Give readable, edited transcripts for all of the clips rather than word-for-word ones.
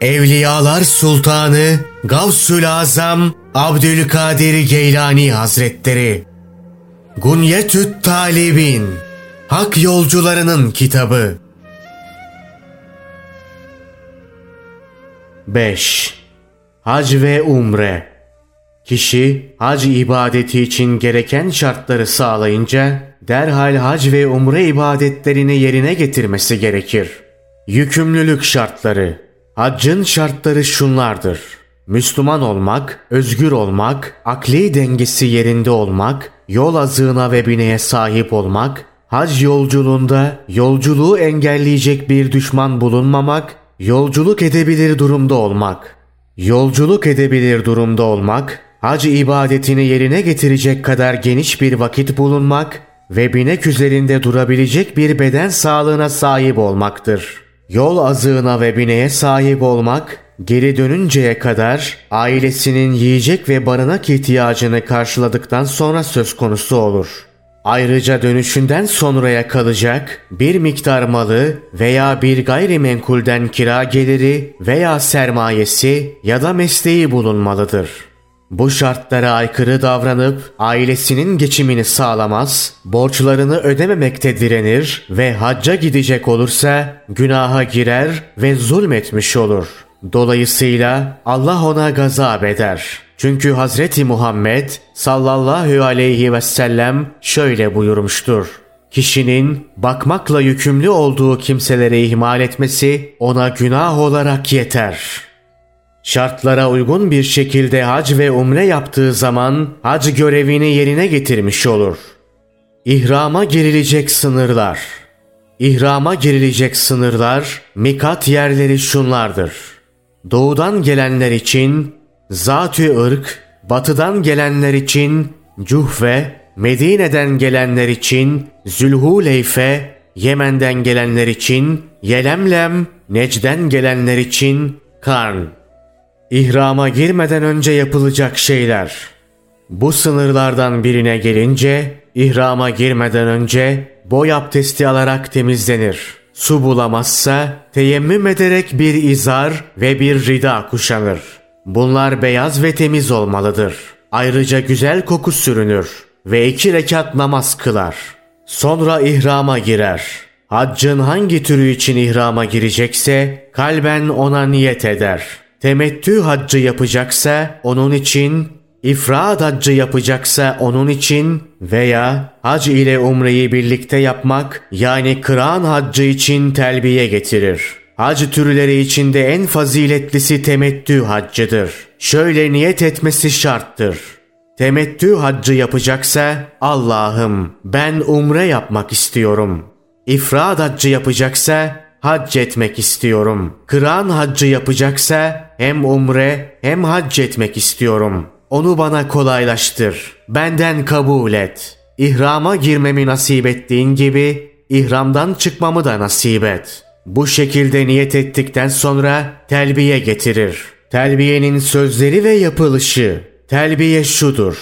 Evliyalar Sultanı Gavsül Azam Abdülkadir Geylani Hazretleri. Gunyetü't Talibin, Hak Yolcularının Kitabı. 5. Hac ve Umre. Kişi hac ibadeti için gereken şartları sağlayınca derhal hac ve umre ibadetlerini yerine getirmesi gerekir. Yükümlülük şartları. Haccın şartları şunlardır: Müslüman olmak, özgür olmak, akli dengesi yerinde olmak, yol azığına ve bineğe sahip olmak, hac yolculuğunda yolculuğu engelleyecek bir düşman bulunmamak, yolculuk edebilir durumda olmak. Yolculuk edebilir durumda olmak, hac ibadetini yerine getirecek kadar geniş bir vakit bulunmak ve binek üzerinde durabilecek bir beden sağlığına sahip olmaktır. Yol azığına ve bineğe sahip olmak, geri dönünceye kadar ailesinin yiyecek ve barınak ihtiyacını karşıladıktan sonra söz konusu olur. Ayrıca dönüşünden sonraya kalacak bir miktar malı veya bir gayrimenkulden kira geliri veya sermayesi ya da mesleği bulunmalıdır. Bu şartlara aykırı davranıp ailesinin geçimini sağlamaz, borçlarını ödememekte direnir ve hacca gidecek olursa günaha girer ve zulmetmiş olur. Dolayısıyla Allah ona gazap eder. Çünkü Hazreti Muhammed sallallahu aleyhi ve sellem şöyle buyurmuştur: Kişinin bakmakla yükümlü olduğu kimseleri ihmal etmesi ona günah olarak yeter. Şartlara uygun bir şekilde hac ve umre yaptığı zaman hac görevini yerine getirmiş olur. İhrama girilecek sınırlar. İhrama girilecek sınırlar, mikat yerleri şunlardır: Doğudan gelenler için Zat-ı Irk, batıdan gelenler için Cuhfe, Medine'den gelenler için Zülhuleyfe, Yemen'den gelenler için Yelemlem, Necden gelenler için Karn. İhrama girmeden önce yapılacak şeyler. Bu sınırlardan birine gelince, ihrama girmeden önce boy abdesti alarak temizlenir. Su bulamazsa teyemmüm ederek bir izar ve bir rida kuşanır. Bunlar beyaz ve temiz olmalıdır. Ayrıca güzel koku sürünür ve 2 rekat namaz kılar. Sonra ihrama girer. Haccın hangi türü için ihrama girecekse kalben ona niyet eder. Temettü haccı yapacaksa onun için, ifrad haccı yapacaksa onun için veya hac ile umreyi birlikte yapmak yani kıran haccı için telbiye getirir. Hac türleri içinde en faziletlisi temettü haccıdır. Şöyle niyet etmesi şarttır: Temettü haccı yapacaksa Allah'ım ben umre yapmak istiyorum. İfrad haccı yapacaksa hac etmek istiyorum. Kıran haccı yapacaksa hem umre hem hac etmek istiyorum. Onu bana kolaylaştır. Benden kabul et. İhrama girmemi nasip ettiğin gibi ihramdan çıkmamı da nasip et. Bu şekilde niyet ettikten sonra telbiye getirir. Telbiyenin sözleri ve yapılışı. Telbiye şudur: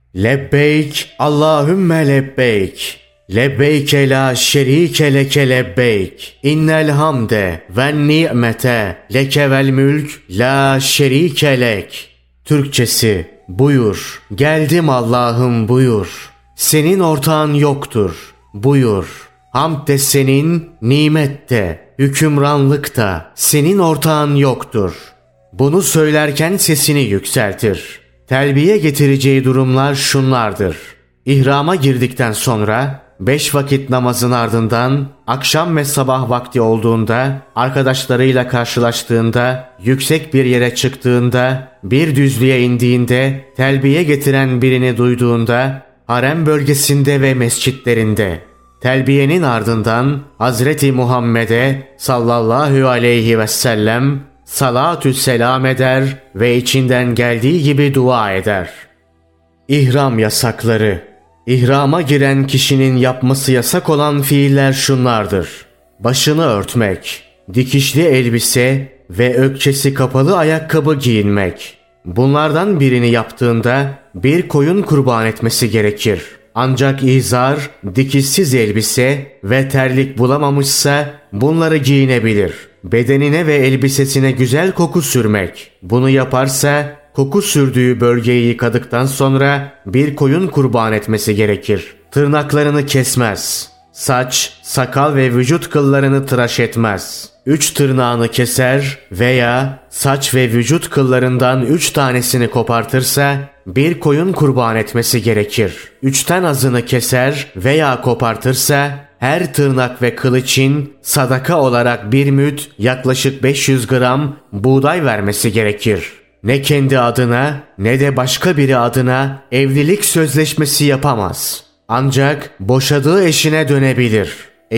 Lebbeyk Allahümme lebbeyk. Lebbeyke la şerike leke lebbeyk. İnnel hamde ve ni'mete leke vel mülk la şerike lek. Türkçesi: Buyur, geldim Allah'ım buyur. Senin ortağın yoktur. Buyur. Hamd de senin, nimet de, hükümranlık da senin ortağın yoktur. Bunu söylerken sesini yükseltir. Telbiye getireceği durumlar şunlardır: İhrama girdikten sonra 5 vakit namazın ardından akşam ve sabah vakti olduğunda, arkadaşlarıyla karşılaştığında, yüksek bir yere çıktığında, bir düzlüğe indiğinde, telbiye getiren birini duyduğunda, harem bölgesinde ve mescitlerinde. Telbiyenin ardından Hazreti Muhammed'e sallallahu aleyhi ve sellem salatü selam eder ve içinden geldiği gibi dua eder. İhram yasakları. İhrama giren kişinin yapması yasak olan fiiller şunlardır: Başını örtmek, dikişli elbise ve ökçesi kapalı ayakkabı giyinmek. Bunlardan birini yaptığında bir koyun kurban etmesi gerekir. Ancak izar, dikişsiz elbise ve terlik bulamamışsa bunları giyinebilir. bedenine ve elbisesine güzel koku sürmek. Bunu yaparsa koku sürdüğü bölgeyi yıkadıktan sonra bir koyun kurban etmesi gerekir. Tırnaklarını kesmez. Saç, sakal ve vücut kıllarını tıraş etmez. 3 tırnağını keser veya saç ve vücut kıllarından 3 tanesini kopartırsa bir koyun kurban etmesi gerekir. 3'ten azını keser veya kopartırsa her tırnak ve kıl için sadaka olarak bir müd yaklaşık 500 gram buğday vermesi gerekir. Ne kendi adına ne de başka biri adına evlilik sözleşmesi yapamaz. Ancak boşadığı eşine dönebilir.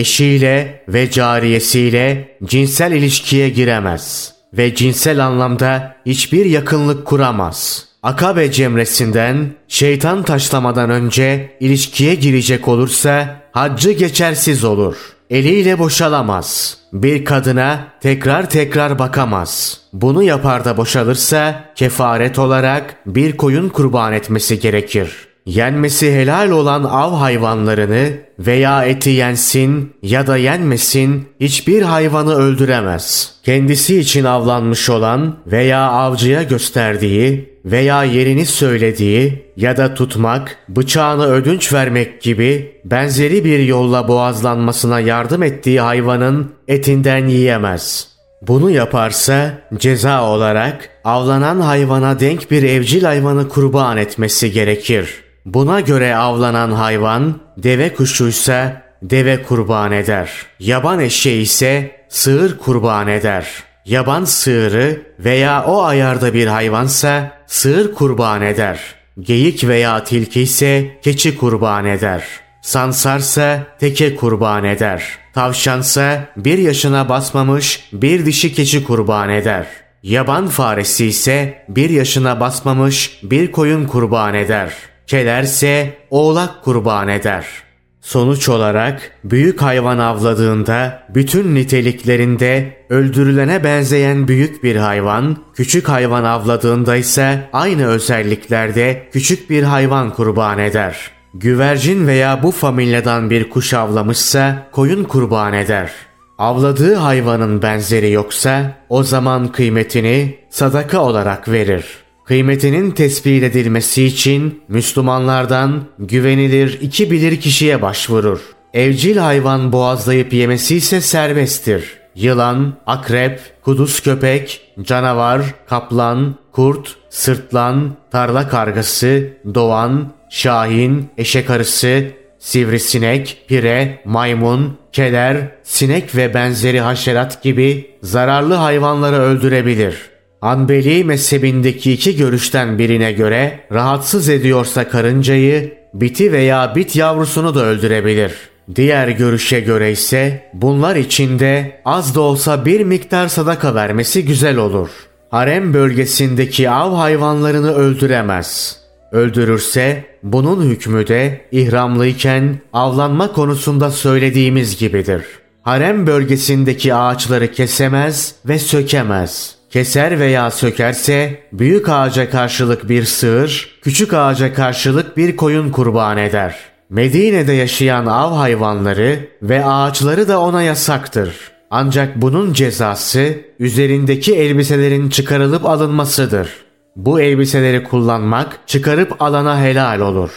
Eşiyle ve cariyesiyle cinsel ilişkiye giremez ve cinsel anlamda hiçbir yakınlık kuramaz. Akabe cemresinden şeytan taşlamadan önce ilişkiye girecek olursa haccı geçersiz olur. Eliyle boşalamaz. Bir kadına tekrar bakamaz. Bunu yapar da boşalırsa kefaret olarak bir koyun kurban etmesi gerekir. Yenmesi helal olan av hayvanlarını veya eti yensin ya da yenmesin hiçbir hayvanı öldüremez. Kendisi için avlanmış olan veya avcıya gösterdiği veya yerini söylediği ya da tutmak, bıçağını ödünç vermek gibi benzeri bir yolla boğazlanmasına yardım ettiği hayvanın etinden yiyemez. Bunu yaparsa ceza olarak avlanan hayvana denk bir evcil hayvanı kurban etmesi gerekir. Buna göre avlanan hayvan deve kuşuysa deve kurban eder. Yaban eşeği ise sığır kurban eder. Yaban sığırı veya o ayarda bir hayvansa sığır kurban eder. Geyik veya tilki ise keçi kurban eder. Sansarsa teke kurban eder. Tavşansa 1 yaşına basmamış bir dişi keçi kurban eder. Yaban faresi ise 1 yaşına basmamış bir koyun kurban eder. Kelerse oğlak kurban eder. Sonuç olarak büyük hayvan avladığında bütün niteliklerinde öldürülene benzeyen büyük bir hayvan, küçük hayvan avladığında ise aynı özelliklerde küçük bir hayvan kurban eder. Güvercin veya bu familyadan bir kuş avlamışsa koyun kurban eder. Avladığı hayvanın benzeri yoksa o zaman kıymetini sadaka olarak verir. Kıymetinin tespit edilmesi için Müslümanlardan güvenilir 2 bilirkişiye başvurur. Evcil hayvan boğazlayıp yemesi ise serbesttir. Yılan, akrep, kuduz köpek, canavar, kaplan, kurt, sırtlan, tarla kargası, doğan, şahin, eşek arısı, sivrisinek, pire, maymun, keler, sinek ve benzeri haşerat gibi zararlı hayvanları öldürebilir. Hanbeli mezhebindeki 2 görüşten birine göre rahatsız ediyorsa karıncayı, biti veya bit yavrusunu da öldürebilir. Diğer görüşe göre ise bunlar içinde az da olsa bir miktar sadaka vermesi güzel olur. Harem bölgesindeki av hayvanlarını öldüremez. Öldürürse bunun hükmü de ihramlıyken avlanma konusunda söylediğimiz gibidir. Harem bölgesindeki ağaçları kesemez ve sökemez. Keser veya sökerse büyük ağaca karşılık bir sığır, küçük ağaca karşılık bir koyun kurban eder. Medine'de yaşayan av hayvanları ve ağaçları da ona yasaktır. Ancak bunun cezası üzerindeki elbiselerin çıkarılıp alınmasıdır. Bu elbiseleri kullanmak çıkarıp alana helal olur.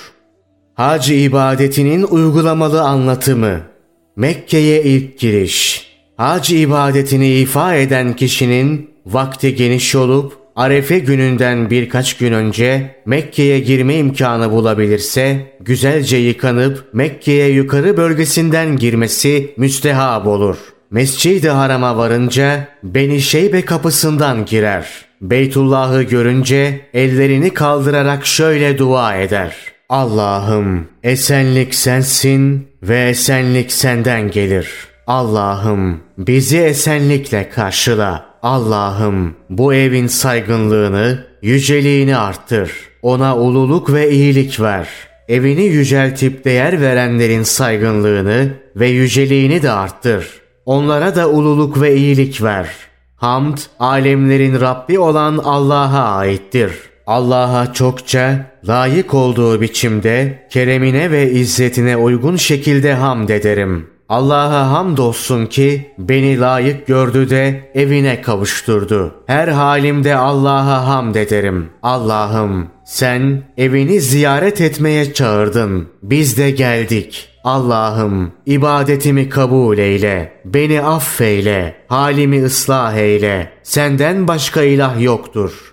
Hac ibadetinin uygulamalı anlatımı. Mekke'ye ilk giriş. Hac ibadetini ifa eden kişinin vakti geniş olup Arefe gününden birkaç gün önce Mekke'ye girme imkanı bulabilirse güzelce yıkanıp Mekke'ye yukarı bölgesinden girmesi müstehab olur. Mescid-i Haram'a varınca Beni Şeybe kapısından girer. Beytullah'ı görünce ellerini kaldırarak şöyle dua eder: Allah'ım esenlik sensin ve esenlik senden gelir. Allah'ım bizi esenlikle karşıla. Allah'ım bu evin saygınlığını, yüceliğini arttır. Ona ululuk ve iyilik ver. Evini yüceltip değer verenlerin saygınlığını ve yüceliğini de arttır. Onlara da ululuk ve iyilik ver. Hamd, alemlerin Rabbi olan Allah'a aittir. Allah'a çokça, layık olduğu biçimde, keremine ve izzetine uygun şekilde hamd ederim. Allah'a hamdolsun ki beni layık gördü de evine kavuşturdu. Her halimde Allah'a hamd ederim. Allah'ım sen evini ziyaret etmeye çağırdın. Biz de geldik. Allah'ım ibadetimi kabul eyle. Beni affeyle. Halimi ıslah eyle. Senden başka ilah yoktur.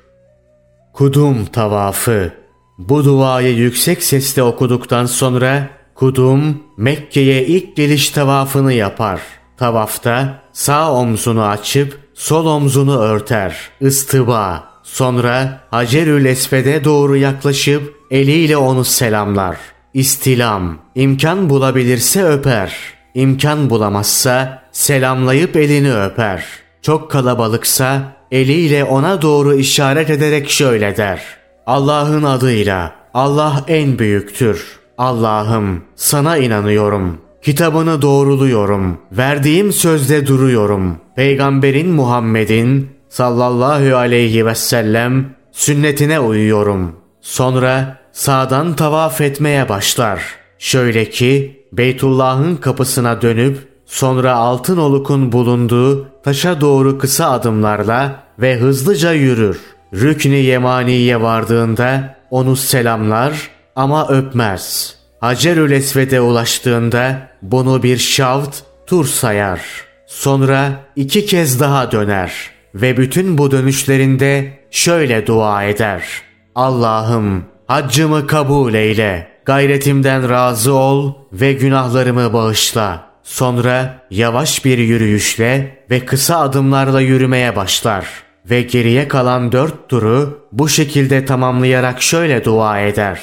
Kudum tavafı. Bu duayı yüksek sesle okuduktan sonra kudum Mekke'ye ilk geliş tavafını yapar. Tavafta sağ omzunu açıp sol omzunu örter. İstıba. Sonra Hacerül Esved'e doğru yaklaşıp eliyle onu selamlar. İstilam. İmkan bulabilirse öper. İmkan bulamazsa selamlayıp elini öper. Çok kalabalıksa eliyle ona doğru işaret ederek şöyle der. Allah'ın adıyla. Allah en büyüktür. Allah'ım sana inanıyorum. Kitabını doğruluyorum. Verdiğim sözde duruyorum. Peygamberin Muhammed'in sallallahu aleyhi ve sellem sünnetine uyuyorum. Sonra sağdan tavaf etmeye başlar. Şöyle ki Beytullah'ın kapısına dönüp sonra altın olukun bulunduğu taşa doğru kısa adımlarla ve hızlıca yürür. Rükn-i Yemani'ye vardığında onu selamlar ama öpmez. Hacerül Esved'e ulaştığında bunu bir şavt, tur sayar. Sonra 2 kez daha döner ve bütün bu dönüşlerinde şöyle dua eder. Allah'ım haccımı kabul eyle, gayretimden razı ol ve günahlarımı bağışla. Sonra yavaş bir yürüyüşle ve kısa adımlarla yürümeye başlar. Ve geriye kalan 4 turu bu şekilde tamamlayarak şöyle dua eder.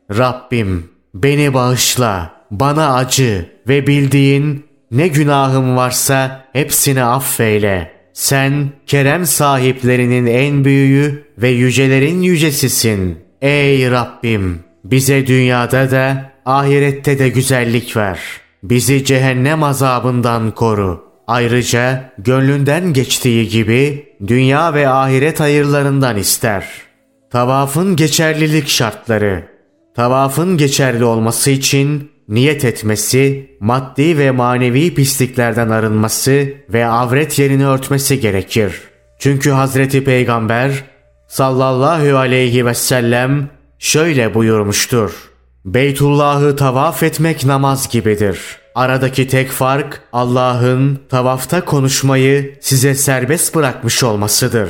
Rabbim beni bağışla, bana acı ve bildiğin ne günahım varsa hepsini affeyle. Sen kerem sahiplerinin en büyüğü ve yücelerin yücesisin. Ey Rabbim bize dünyada da ahirette de güzellik ver. Bizi cehennem azabından koru. Ayrıca gönlünden geçtiği gibi dünya ve ahiret hayırlarından ister. Tavafın geçerlilik şartları. Tavafın geçerli olması için niyet etmesi, maddi ve manevi pisliklerden arınması ve avret yerini örtmesi gerekir. Çünkü Hazreti Peygamber sallallahu aleyhi ve sellem şöyle buyurmuştur. Beytullah'ı tavaf etmek namaz gibidir. Aradaki tek fark Allah'ın tavafta konuşmayı size serbest bırakmış olmasıdır.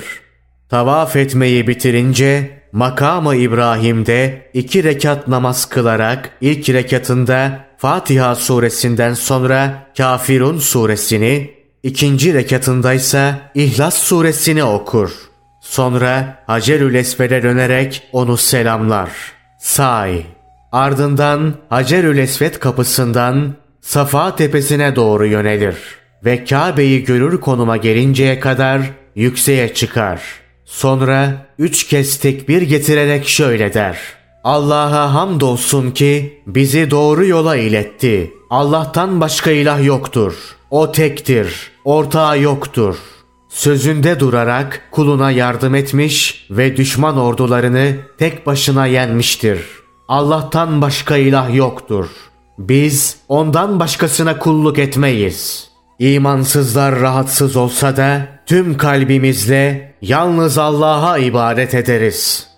Tavaf etmeyi bitirince makamı İbrahim'de 2 rekat namaz kılarak ilk rekatında Fatiha suresinden sonra Kafirun suresini, ikinci rekatındaysa İhlas suresini okur. Sonra Hacerül Esved'e dönerek onu selamlar. Say. Ardından Hacerül Esved kapısından Safa tepesine doğru yönelir ve Kabe'yi görür konuma gelinceye kadar yükseğe çıkar. Sonra 3 kez tekbir getirerek şöyle der. Allah'a hamdolsun ki bizi doğru yola iletti. Allah'tan başka ilah yoktur. O tektir, ortağı yoktur. Sözünde durarak kuluna yardım etmiş ve düşman ordularını tek başına yenmiştir. Allah'tan başka ilah yoktur. Biz ondan başkasına kulluk etmeyiz. İmansızlar rahatsız olsa da tüm kalbimizle yalnız Allah'a ibadet ederiz.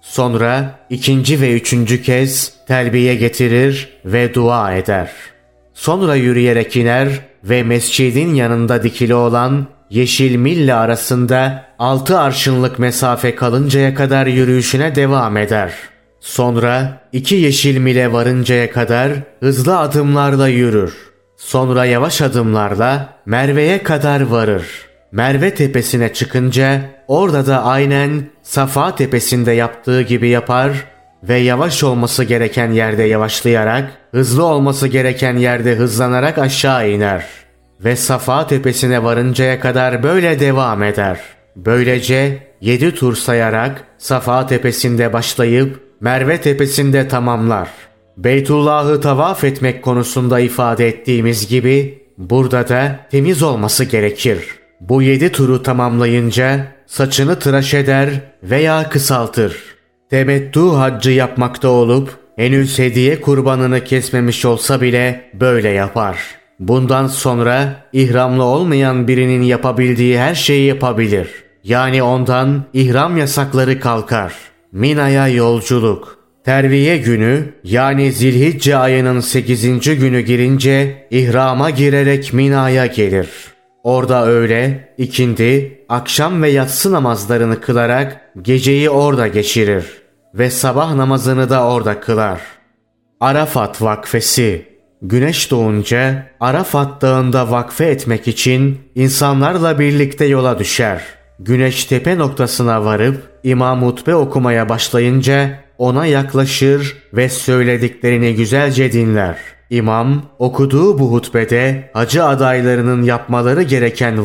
Sonra 2. ve 3. kez telbiye getirir ve dua eder. Sonra yürüyerek iner ve mescidin yanında dikili olan yeşil mille arasında 6 arşınlık mesafe kalıncaya kadar yürüyüşüne devam eder. Sonra 2 yeşil mile varıncaya kadar hızlı adımlarla yürür. Sonra yavaş adımlarla Merve'ye kadar varır. Merve tepesine çıkınca orada da aynen Safa tepesinde yaptığı gibi yapar ve yavaş olması gereken yerde yavaşlayarak, hızlı olması gereken yerde hızlanarak aşağı iner. Ve Safa tepesine varıncaya kadar böyle devam eder. Böylece 7 tur sayarak Safa tepesinde başlayıp Merve tepesinde tamamlar. Beytullah'ı tavaf etmek konusunda ifade ettiğimiz gibi burada da temiz olması gerekir. Bu 7 turu tamamlayınca saçını tıraş eder veya kısaltır. Temettü haccı yapmakta olup henüz hediye kurbanını kesmemiş olsa bile böyle yapar. Bundan sonra ihramlı olmayan birinin yapabildiği her şeyi yapabilir. Yani ondan ihram yasakları kalkar. Mina'ya yolculuk. Terviye günü yani Zilhicce ayının 8. günü girince ihrama girerek Mina'ya gelir. Orada öğle, ikindi, akşam ve yatsı namazlarını kılarak geceyi orada geçirir ve sabah namazını da orada kılar. Arafat vakfesi. Güneş doğunca Arafat Dağı'nda vakfe etmek için insanlarla birlikte yola düşer. Güneş tepe noktasına varıp imam hutbe okumaya başlayınca ona yaklaşır ve söylediklerini güzelce dinler. İmam okuduğu bu hutbede hacı adaylarının yapmaları gereken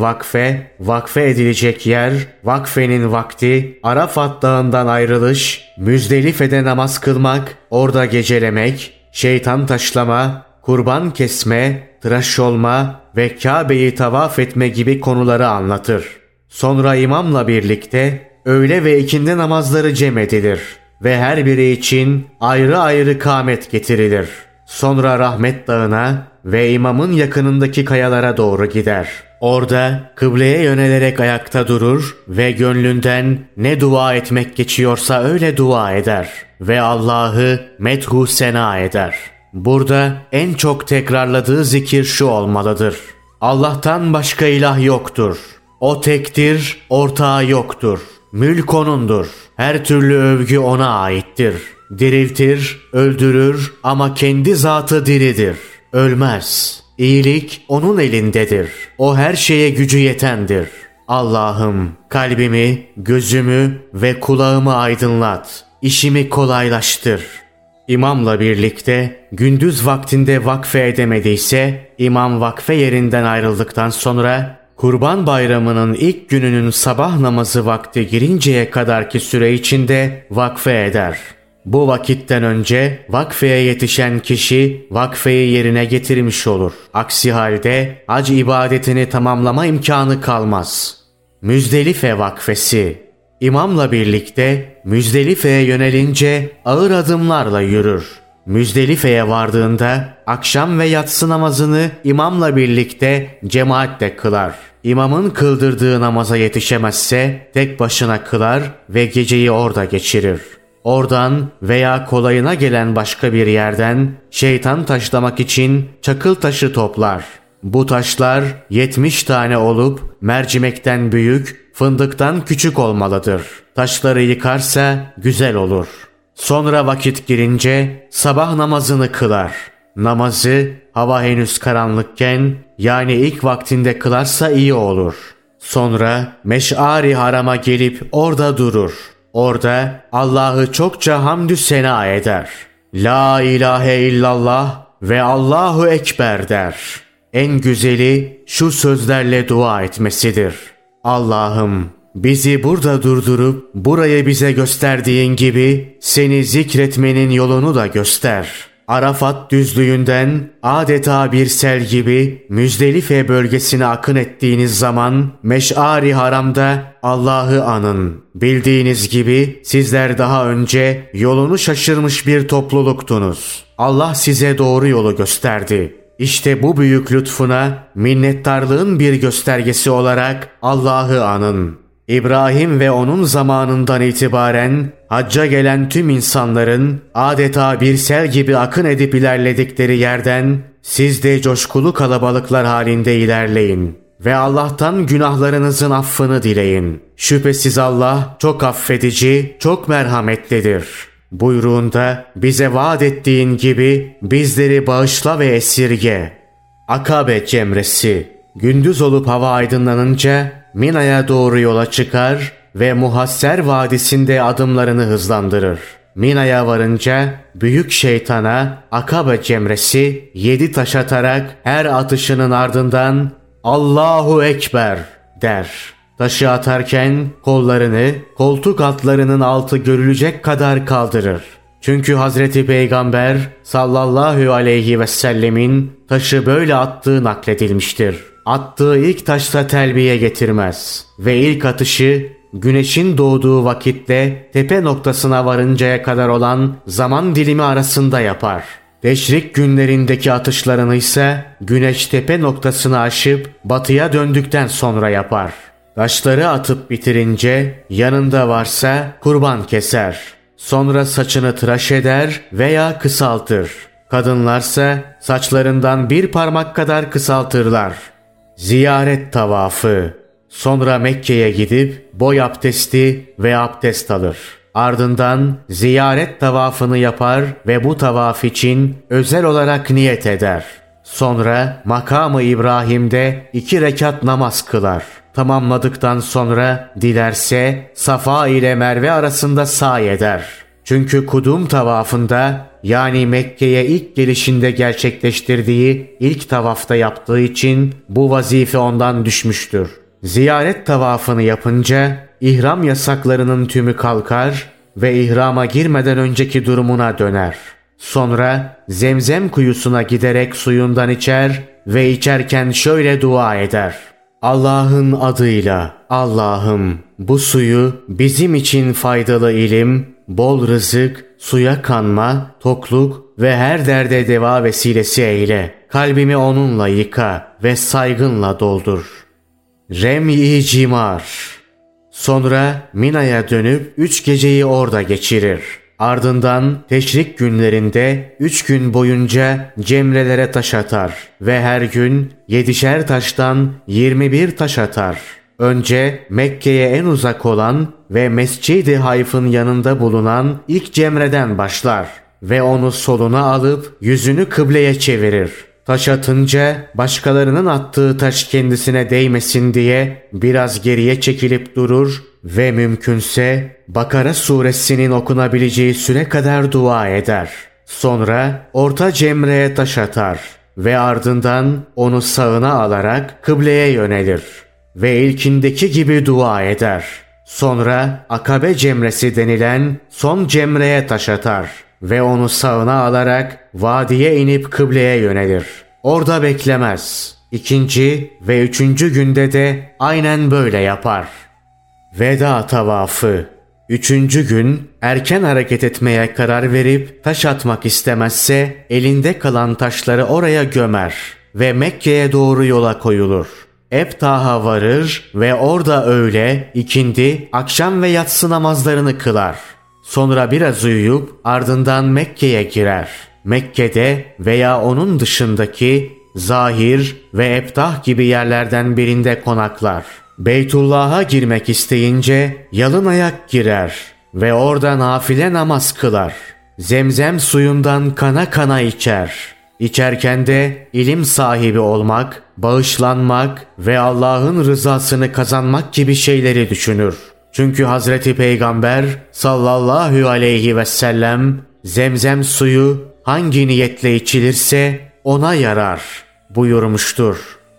vakfe edilecek yer, vakfenin vakti, Arafat Dağı'ndan ayrılış, Müzdelife'de namaz kılmak, orada gecelemek, şeytan taşlama, kurban kesme, tıraş olma ve Kabe'yi tavaf etme gibi konuları anlatır. Sonra imamla birlikte öğle ve ikindi namazları cem edilir ve her biri için ayrı ayrı kâmet getirilir. Sonra Rahmet Dağı'na ve imamın yakınındaki kayalara doğru gider. Orada kıbleye yönelerek ayakta durur ve gönlünden ne dua etmek geçiyorsa öyle dua eder ve Allah'ı medhu sena eder. Burada en çok tekrarladığı zikir şu olmalıdır: Allah'tan başka ilah yoktur. O tektir, ortağı yoktur. Mülk O'nundur. Her türlü övgü O'na aittir. Diriltir, öldürür ama kendi zatı diridir. Ölmez. İyilik O'nun elindedir. O her şeye gücü yetendir. Allah'ım kalbimi, gözümü ve kulağımı aydınlat. İşimi kolaylaştır. İmamla birlikte gündüz vaktinde vakfe edemediyse, imam vakfe yerinden ayrıldıktan sonra Kurban Bayramı'nın ilk gününün sabah namazı vakti girinceye kadarki süre içinde vakfe eder. Bu vakitten önce vakfeye yetişen kişi vakfeyi yerine getirmiş olur. Aksi halde hac ibadetini tamamlama imkanı kalmaz. Müzdelife vakfesi. İmamla birlikte Müzdelife'ye yönelince ağır adımlarla yürür. Müzdelife'ye vardığında akşam ve yatsı namazını imamla birlikte cemaatle kılar. İmamın kıldırdığı namaza yetişemezse tek başına kılar ve geceyi orada geçirir. Oradan veya kolayına gelen başka bir yerden şeytan taşlamak için çakıl taşı toplar. Bu taşlar 70 tane olup mercimekten büyük, fındıktan küçük olmalıdır. Taşları yıkarsa güzel olur. Sonra vakit girince sabah namazını kılar. Namazı hava henüz karanlıkken yani ilk vaktinde kılarsa iyi olur. Sonra Meş'ari Haram'a gelip orada durur. Orada Allah'ı çokça hamdü sena eder. La ilahe illallah ve Allahu Ekber der. En güzeli şu sözlerle dua etmesidir: Allah'ım bizi burada durdurup burayı bize gösterdiğin gibi seni zikretmenin yolunu da göster. Arafat düzlüğünden adeta bir sel gibi Müzdelife bölgesine akın ettiğiniz zaman Meş'ari Haram'da Allah'ı anın. Bildiğiniz gibi sizler daha önce yolunu şaşırmış bir topluluktunuz. Allah size doğru yolu gösterdi. İşte bu büyük lütfuna minnettarlığın bir göstergesi olarak Allah'ı anın. İbrahim ve onun zamanından itibaren hacca gelen tüm insanların adeta bir sel gibi akın edip ilerledikleri yerden siz de coşkulu kalabalıklar halinde ilerleyin ve Allah'tan günahlarınızın affını dileyin. Şüphesiz Allah çok affedici, çok merhametlidir. Buyruğunda bize vaat ettiğin gibi bizleri bağışla ve esirge. Akabe cemresi. Gündüz olup hava aydınlanınca Mina'ya doğru yola çıkar ve Muhasser Vadisi'nde adımlarını hızlandırır. Mina'ya varınca büyük şeytana Akabe cemresi 7 taş atarak her atışının ardından Allahu Ekber der. Taşı atarken kollarını koltuk altlarının altı görülecek kadar kaldırır. Çünkü Hazreti Peygamber sallallahu aleyhi ve sellemin taşı böyle attığı nakledilmiştir. Attığı ilk taşta telbiye getirmez ve ilk atışı güneşin doğduğu vakitte tepe noktasına varıncaya kadar olan zaman dilimi arasında yapar. Teşrik günlerindeki atışlarını ise güneş tepe noktasını aşıp batıya döndükten sonra yapar. Taşları atıp bitirince yanında varsa kurban keser. Sonra saçını tıraş eder veya kısaltır. Kadınlarsa saçlarından bir parmak kadar kısaltırlar. Ziyaret tavafı. Sonra Mekke'ye gidip boy abdesti ve abdest alır. Ardından ziyaret tavafını yapar ve bu tavaf için özel olarak niyet eder. Sonra makamı İbrahim'de 2 rekat namaz kılar. Tamamladıktan sonra dilerse Safa ile Merve arasında sa'i eder. Çünkü kudum tavafında, yani Mekke'ye ilk gelişinde gerçekleştirdiği ilk tavafta yaptığı için bu vazife ondan düşmüştür. Ziyaret tavafını yapınca ihram yasaklarının tümü kalkar ve ihrama girmeden önceki durumuna döner. Sonra Zemzem kuyusuna giderek suyundan içer ve içerken şöyle dua eder: Allah'ın adıyla, Allah'ım bu suyu bizim için faydalı ilim, bol rızık, suya kanma, tokluk ve her derde deva vesilesi eyle. Kalbimi onunla yıka ve saygınla doldur. Rem-i Cimar. Sonra Mina'ya dönüp 3 geceyi orada geçirir. Ardından teşrik günlerinde 3 gün boyunca cemrelere taş atar ve her gün 7'şer taştan 21 taş atar. Önce Mekke'ye en uzak olan ve Mescid-i Hayf'ın yanında bulunan ilk cemreden başlar ve onu soluna alıp yüzünü kıbleye çevirir. Taş atınca başkalarının attığı taş kendisine değmesin diye biraz geriye çekilip durur ve mümkünse Bakara suresinin okunabileceği süre kadar dua eder. Sonra orta cemreye taş atar ve ardından onu sağına alarak kıbleye yönelir ve ilkindeki gibi dua eder. Sonra Akabe cemresi denilen son cemreye taş atar ve onu sağına alarak vadiye inip kıbleye yönelir. Orada beklemez. 2. ve 3. günde de aynen böyle yapar. Veda tavafı. 3. gün erken hareket etmeye karar verip taş atmak istemezse elinde kalan taşları oraya gömer ve Mekke'ye doğru yola koyulur. Ebtah'a varır ve orada öğle, ikindi, akşam ve yatsı namazlarını kılar. Sonra biraz uyuyup ardından Mekke'ye girer. Mekke'de veya onun dışındaki Zahir ve Ebtah gibi yerlerden birinde konaklar. Beytullah'a girmek isteyince yalın ayak girer ve orada nafile namaz kılar. Zemzem suyundan kana kana içer. İçerken de ilim sahibi olmak, bağışlanmak ve Allah'ın rızasını kazanmak gibi şeyleri düşünür. Çünkü Hazreti Peygamber sallallahu aleyhi ve sellem Zemzem suyu hangi niyetle içilirse ona yarar buyurmuştur.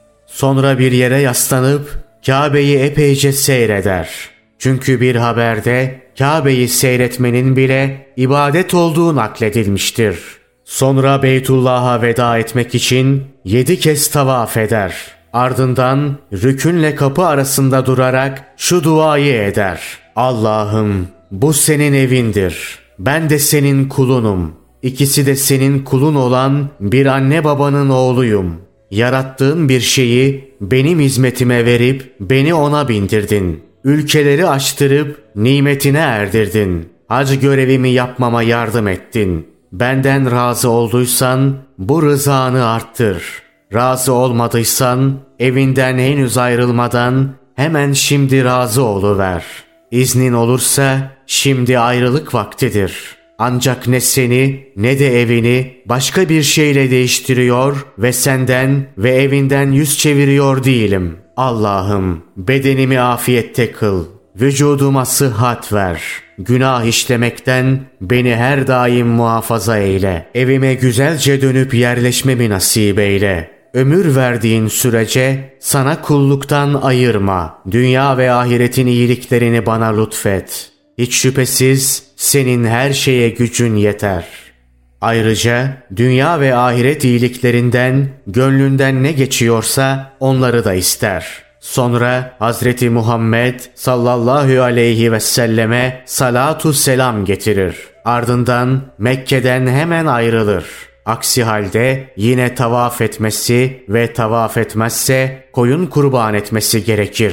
Sonra bir yere yaslanıp Kabe'yi epeyce seyreder. Çünkü bir haberde Kabe'yi seyretmenin bile ibadet olduğu nakledilmiştir. Sonra Beytullah'a veda etmek için 7 kez tavaf eder. Ardından rükünle kapı arasında durarak şu duayı eder: Allah'ım bu senin evindir. Ben de senin kulunum. İkisi de senin kulun olan bir anne babanın oğluyum. Yarattığın bir şeyi benim hizmetime verip beni ona bindirdin. Ülkeleri açtırıp nimetine erdirdin. Hac görevimi yapmama yardım ettin. Benden razı olduysan bu rızanı arttır. Razı olmadıysan evinden henüz ayrılmadan hemen şimdi razı oluver. İznin olursa şimdi ayrılık vaktidir. Ancak ne seni ne de evini başka bir şeyle değiştiriyor ve senden ve evinden yüz çeviriyor değilim. Allah'ım bedenimi afiyette kıl. Vücuduma sıhhat ver. Günah işlemekten beni her daim muhafaza eyle. Evime güzelce dönüp yerleşmemi nasip eyle. Ömür verdiğin sürece sana kulluktan ayırma. Dünya ve ahiretin iyiliklerini bana lütfet. Hiç şüphesiz senin her şeye gücün yeter. Ayrıca dünya ve ahiret iyiliklerinden gönlünden ne geçiyorsa onları da ister. Sonra Hazreti Muhammed sallallahu aleyhi ve selleme salatu selam getirir. Ardından Mekke'den hemen ayrılır. Aksi halde yine tavaf etmesi ve tavaf etmezse koyun kurban etmesi gerekir.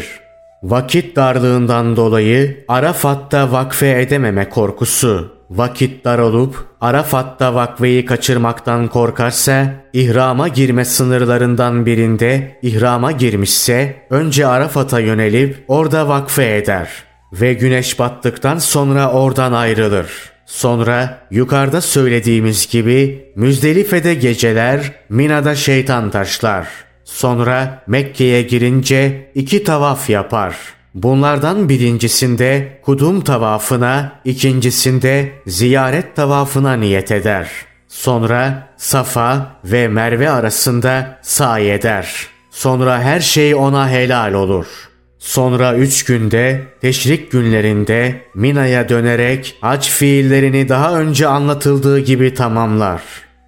Vakit darlığından dolayı Arafat'ta vakfe edememe korkusu. Vakit dar olup Arafat'ta vakveyi kaçırmaktan korkarsa, ihrama girme sınırlarından birinde ihrama girmişse önce Arafat'a yönelip orada vakfe eder ve güneş battıktan sonra oradan ayrılır. Sonra yukarıda söylediğimiz gibi Müzdelife'de geceler, Mina'da şeytan taşlar. Sonra Mekke'ye girince 2 tavaf yapar. Bunlardan birincisinde kudum tavafına, ikincisinde ziyaret tavafına niyet eder. Sonra Safa ve Merve arasında sa'i eder. Sonra her şey ona helal olur. Sonra 3 günde, teşrik günlerinde Mina'ya dönerek hac fiillerini daha önce anlatıldığı gibi tamamlar.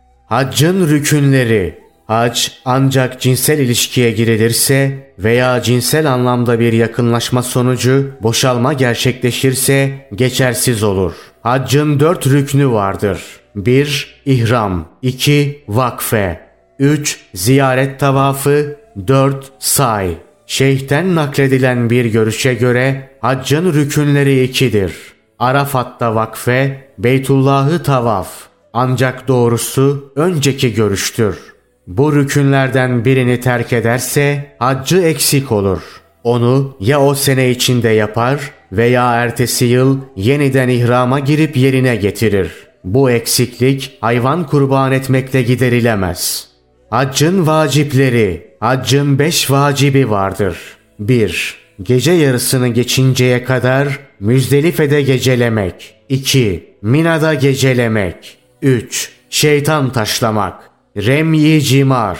Haccın rükünleri. Hac ancak cinsel ilişkiye girilirse veya cinsel anlamda bir yakınlaşma sonucu boşalma gerçekleşirse geçersiz olur. Haccın 4 rüknü vardır. 1. İhram 2. Vakfe 3. Ziyaret tavafı 4. Say. Şeyh'ten nakledilen bir görüşe göre haccın rükünleri 2'dir. Arafat'ta vakfe, Beytullah'ı tavaf. Ancak doğrusu önceki görüştür. Bu rükünlerden birini terk ederse haccı eksik olur. Onu ya o sene içinde yapar veya ertesi yıl yeniden ihrama girip yerine getirir. Bu eksiklik hayvan kurban etmekle giderilemez. Haccın vacipleri. Haccın 5 vacibi vardır. 1. Gece yarısını geçinceye kadar Müzdelife'de gecelemek. 2. Mina'da gecelemek. 3. Şeytan taşlamak. Remyi cimar.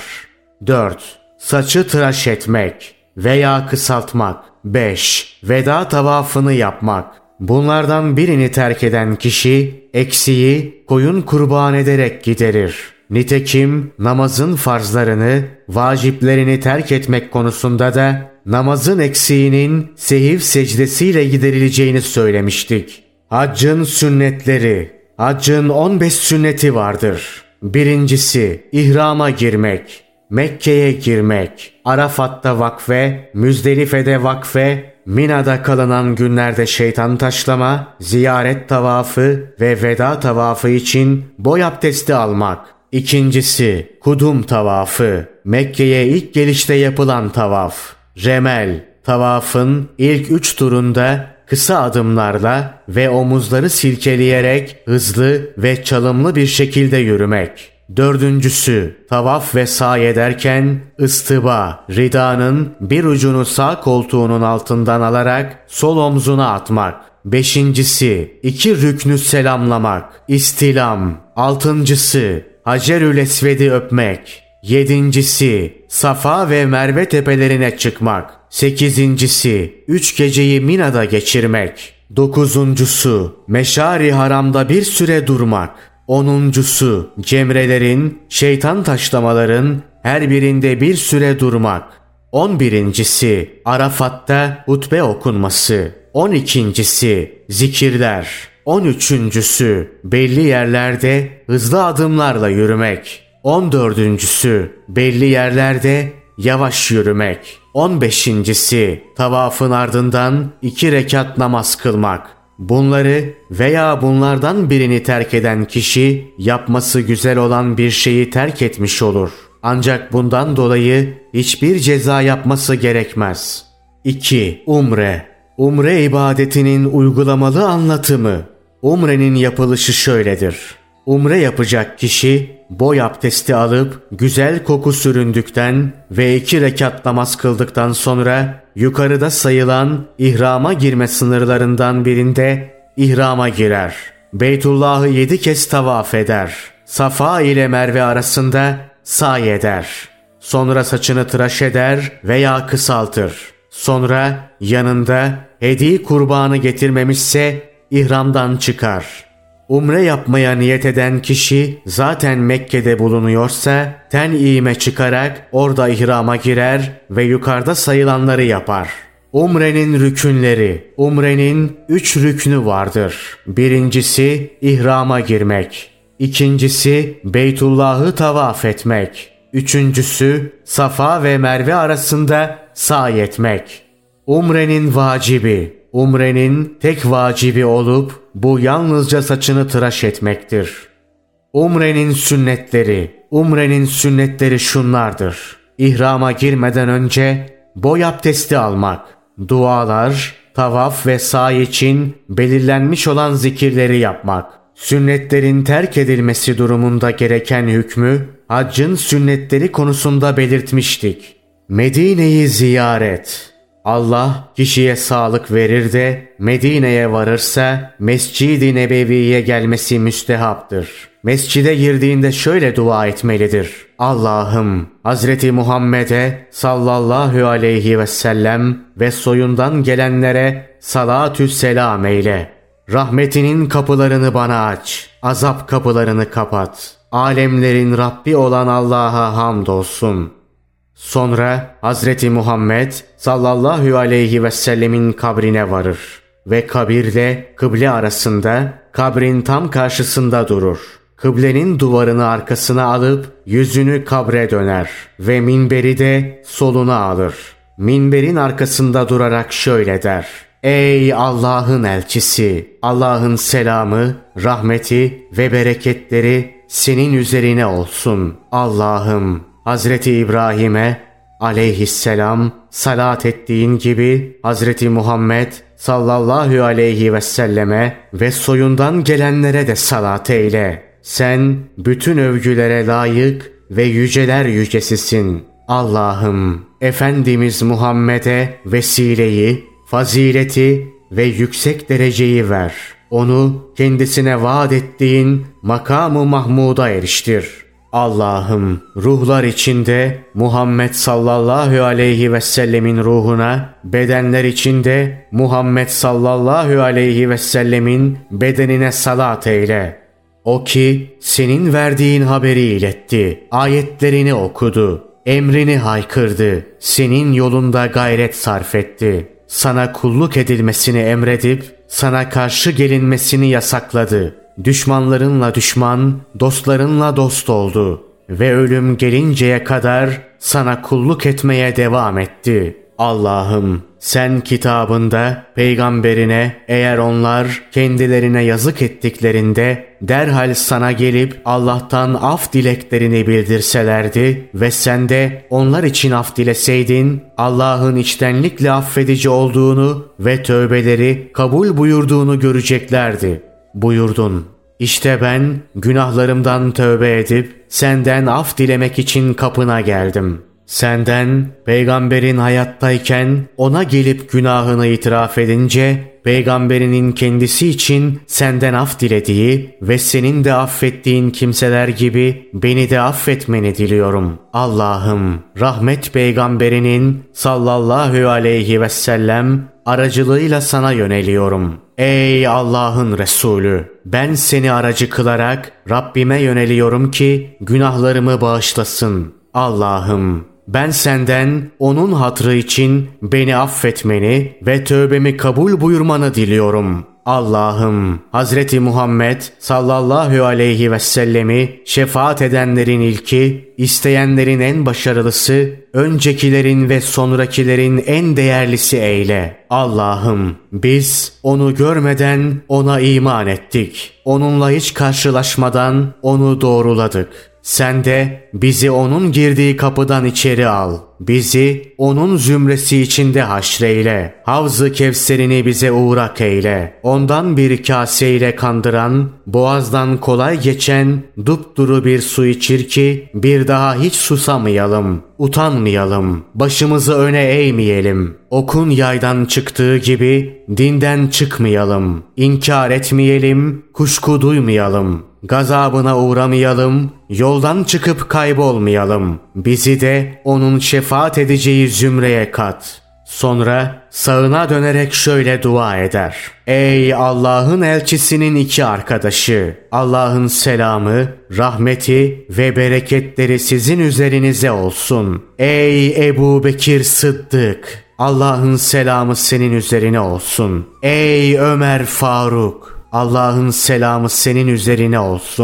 4. Saçı tıraş etmek veya kısaltmak. 5. Veda tavafını yapmak. Bunlardan birini terk eden kişi eksiği koyun kurban ederek giderir. Nitekim namazın farzlarını, vaciplerini terk etmek konusunda da namazın eksiğinin sehiv secdesiyle giderileceğini söylemiştik. Haccın sünnetleri. Haccın 15 sünneti vardır. Birincisi ihrama girmek, Mekke'ye girmek, Arafat'ta vakfe, Müzdelife'de vakfe, Mina'da kalınan günlerde şeytan taşlama, ziyaret tavafı ve veda tavafı için boy abdesti almak. İkincisi kudum tavafı, Mekke'ye ilk gelişte yapılan tavaf. Remel, tavafın ilk 3 turunda kısa adımlarla ve omuzları silkeleyerek hızlı ve çalımlı bir şekilde yürümek. Dördüncüsü, tavaf ve sa'i ederken ıstıba, ridanın bir ucunu sağ koltuğunun altından alarak sol omzuna atmak. Beşincisi, 2 rüknü selamlamak, istilam. Altıncısı, Hacerül Esved'i öpmek. Yedincisi, Safa ve Merve tepelerine çıkmak. Sekizincisi, 3 geceyi Mina'da geçirmek. Dokuzuncusu, Meşari Haram'da bir süre durmak. Onuncusu, cemrelerin, şeytan taşlamaların her birinde bir süre durmak. 11'incisi, Arafat'ta hutbe okunması. 12'incisi, zikirler. 13'üncüsü, belli yerlerde hızlı adımlarla yürümek. 14'üncüsü, belli yerlerde yavaş yürümek. 15'incisi, tavafın ardından 2 rekat namaz kılmak. Bunları veya bunlardan birini terk eden kişi yapması güzel olan bir şeyi terk etmiş olur. Ancak bundan dolayı hiçbir ceza yapması gerekmez. 2. Umre. Umre ibadetinin uygulamalı anlatımı. Umrenin yapılışı şöyledir. Umre yapacak kişi boy abdesti alıp güzel koku süründükten ve 2 rekat namaz kıldıktan sonra yukarıda sayılan ihrama girme sınırlarından birinde ihrama girer. Beytullah'ı 7 kez tavaf eder. Safa ile Merve arasında sa'i eder. Sonra saçını tıraş eder veya kısaltır. Sonra yanında hediye kurbanı getirmemişse ihramdan çıkar. Umre yapmaya niyet eden kişi zaten Mekke'de bulunuyorsa ten'ime çıkarak orada ihrama girer ve yukarıda sayılanları yapar. Umrenin rükünleri. Umrenin 3 rüknü vardır. Birincisi ihrama girmek. İkincisi Beytullah'ı tavaf etmek. Üçüncüsü Safa ve Merve arasında sa'i etmek. Umrenin vacibi. Umrenin tek vacibi olup bu yalnızca saçını tıraş etmektir. Umrenin sünnetleri. Umrenin sünnetleri şunlardır. İhrama girmeden önce boy abdesti almak, dualar, tavaf ve sa'i için belirlenmiş olan zikirleri yapmak. Sünnetlerin terk edilmesi durumunda gereken hükmü haccın sünnetleri konusunda belirtmiştik. Medine'yi ziyaret. Allah kişiye sağlık verir de Medine'ye varırsa Mescid-i Nebevi'ye gelmesi müstehaptır. Mescide girdiğinde şöyle dua etmelidir. Allah'ım Hazreti Muhammed'e sallallahu aleyhi ve sellem ve soyundan gelenlere salatü selam eyle. Rahmetinin kapılarını bana aç. Azap kapılarını kapat. Alemlerin Rabbi olan Allah'a hamdolsun. Sonra Hazreti Muhammed sallallahu aleyhi ve sellemin kabrine varır ve kabirle kıble arasında kabrin tam karşısında durur. Kıblenin duvarını arkasına alıp yüzünü kabre döner ve minberi de soluna alır. Minberin arkasında durarak şöyle der: Ey Allah'ın elçisi! Allah'ın selamı, rahmeti ve bereketleri senin üzerine olsun. Allah'ım Hazreti İbrahim'e aleyhisselam salat ettiğin gibi Hazreti Muhammed sallallahu aleyhi ve selleme ve soyundan gelenlere de salat eyle. Sen bütün övgülere layık ve yüceler yücesisin. Allah'ım Efendimiz Muhammed'e vesileyi, fazileti ve yüksek dereceyi ver. Onu kendisine vaat ettiğin makam-ı Mahmud'a eriştir. Allah'ım ruhlar içinde Muhammed sallallahu aleyhi ve sellemin ruhuna, bedenler içinde Muhammed sallallahu aleyhi ve sellemin bedenine salat eyle. O ki senin verdiğin haberi iletti, ayetlerini okudu, emrini haykırdı, senin yolunda gayret sarf etti. Sana kulluk edilmesini emredip sana karşı gelinmesini yasakladı. Düşmanlarınla düşman, dostlarınla dost oldu ve ölüm gelinceye kadar sana kulluk etmeye devam etti. Allah'ım sen kitabında peygamberine eğer onlar kendilerine yazık ettiklerinde derhal sana gelip Allah'tan af dileklerini bildirselerdi ve sen de onlar için af dileseydin Allah'ın içtenlikle affedici olduğunu ve tövbeleri kabul buyurduğunu göreceklerdi. Buyurdun. İşte ben günahlarımdan tövbe edip senden af dilemek için kapına geldim. Senden peygamberin hayattayken ona gelip günahını itiraf edince peygamberinin kendisi için senden af dilediği ve senin de affettiğin kimseler gibi beni de affetmeni diliyorum. Allah'ım rahmet peygamberinin sallallahu aleyhi ve sellem aracılığıyla sana yöneliyorum. Ey Allah'ın Resulü! Ben seni aracı kılarak Rabbime yöneliyorum ki günahlarımı bağışlasın. Allah'ım ben senden onun hatrı için beni affetmeni ve tövbemi kabul buyurmanı diliyorum. Allah'ım Hazreti Muhammed sallallahu aleyhi ve sellemi şefaat edenlerin ilki, isteyenlerin en başarılısı, öncekilerin ve sonrakilerin en değerlisi eyle. Allah'ım biz onu görmeden ona iman ettik. Onunla hiç karşılaşmadan onu doğruladık. Sen de bizi onun girdiği kapıdan içeri al. Bizi onun zümresi içinde haşreyle. Havz-ı Kevser'ini bize uğrak eyle. Ondan bir kaseyle kandıran, boğazdan kolay geçen dupduru bir su içir ki bir daha hiç susamayalım, utanmayalım, başımızı öne eğmeyelim. Okun yaydan çıktığı gibi dinden çıkmayalım. İnkar etmeyelim, kuşku duymayalım. Gazabına uğramayalım, yoldan çıkıp kaybolmayalım. Bizi de onun şefaat edeceği zümreye kat. Sonra sağına dönerek şöyle dua eder. Ey Allah'ın elçisinin iki arkadaşı! Allah'ın selamı, rahmeti ve bereketleri sizin üzerinize olsun. Ey Ebu Bekir Sıddık! Allah'ın selamı senin üzerine olsun. Ey Ömer Faruk! Allah'ın selamı senin üzerine olsun.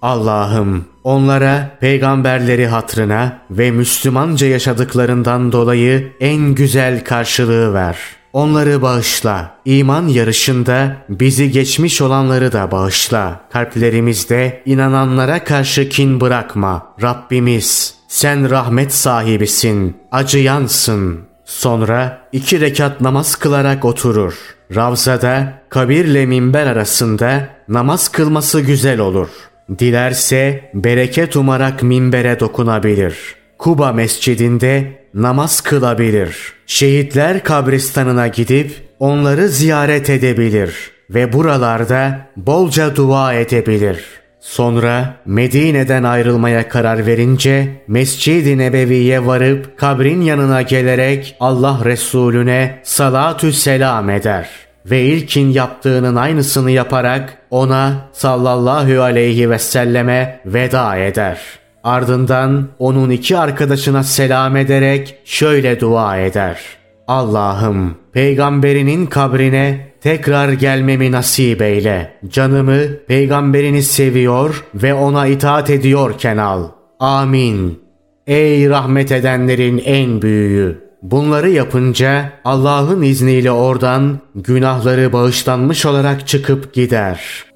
Allah'ım onlara peygamberleri hatırına ve Müslümanca yaşadıklarından dolayı en güzel karşılığı ver. Onları bağışla. İman yarışında bizi geçmiş olanları da bağışla. Kalplerimizde inananlara karşı kin bırakma. Rabbimiz, sen rahmet sahibisin, acıyansın. Sonra 2 rekat namaz kılarak oturur. Ravzada kabirle minber arasında namaz kılması güzel olur. Dilerse bereket umarak minbere dokunabilir. Kuba mescidinde namaz kılabilir. Şehitler kabristanına gidip onları ziyaret edebilir ve buralarda bolca dua edebilir. Sonra Medine'den ayrılmaya karar verince Mescid-i Nebevi'ye varıp kabrin yanına gelerek Allah Resulüne salatü selam eder. Ve ilkin yaptığının aynısını yaparak ona sallallahu aleyhi ve selleme veda eder. Ardından onun 2 arkadaşına selam ederek şöyle dua eder. Allah'ım peygamberinin kabrine tekrar gelmemi nasip eyle. Canımı peygamberini seviyor ve ona itaat ediyorken al. Amin. Ey rahmet edenlerin en büyüğü. Bunları yapınca Allah'ın izniyle oradan günahları bağışlanmış olarak çıkıp gider.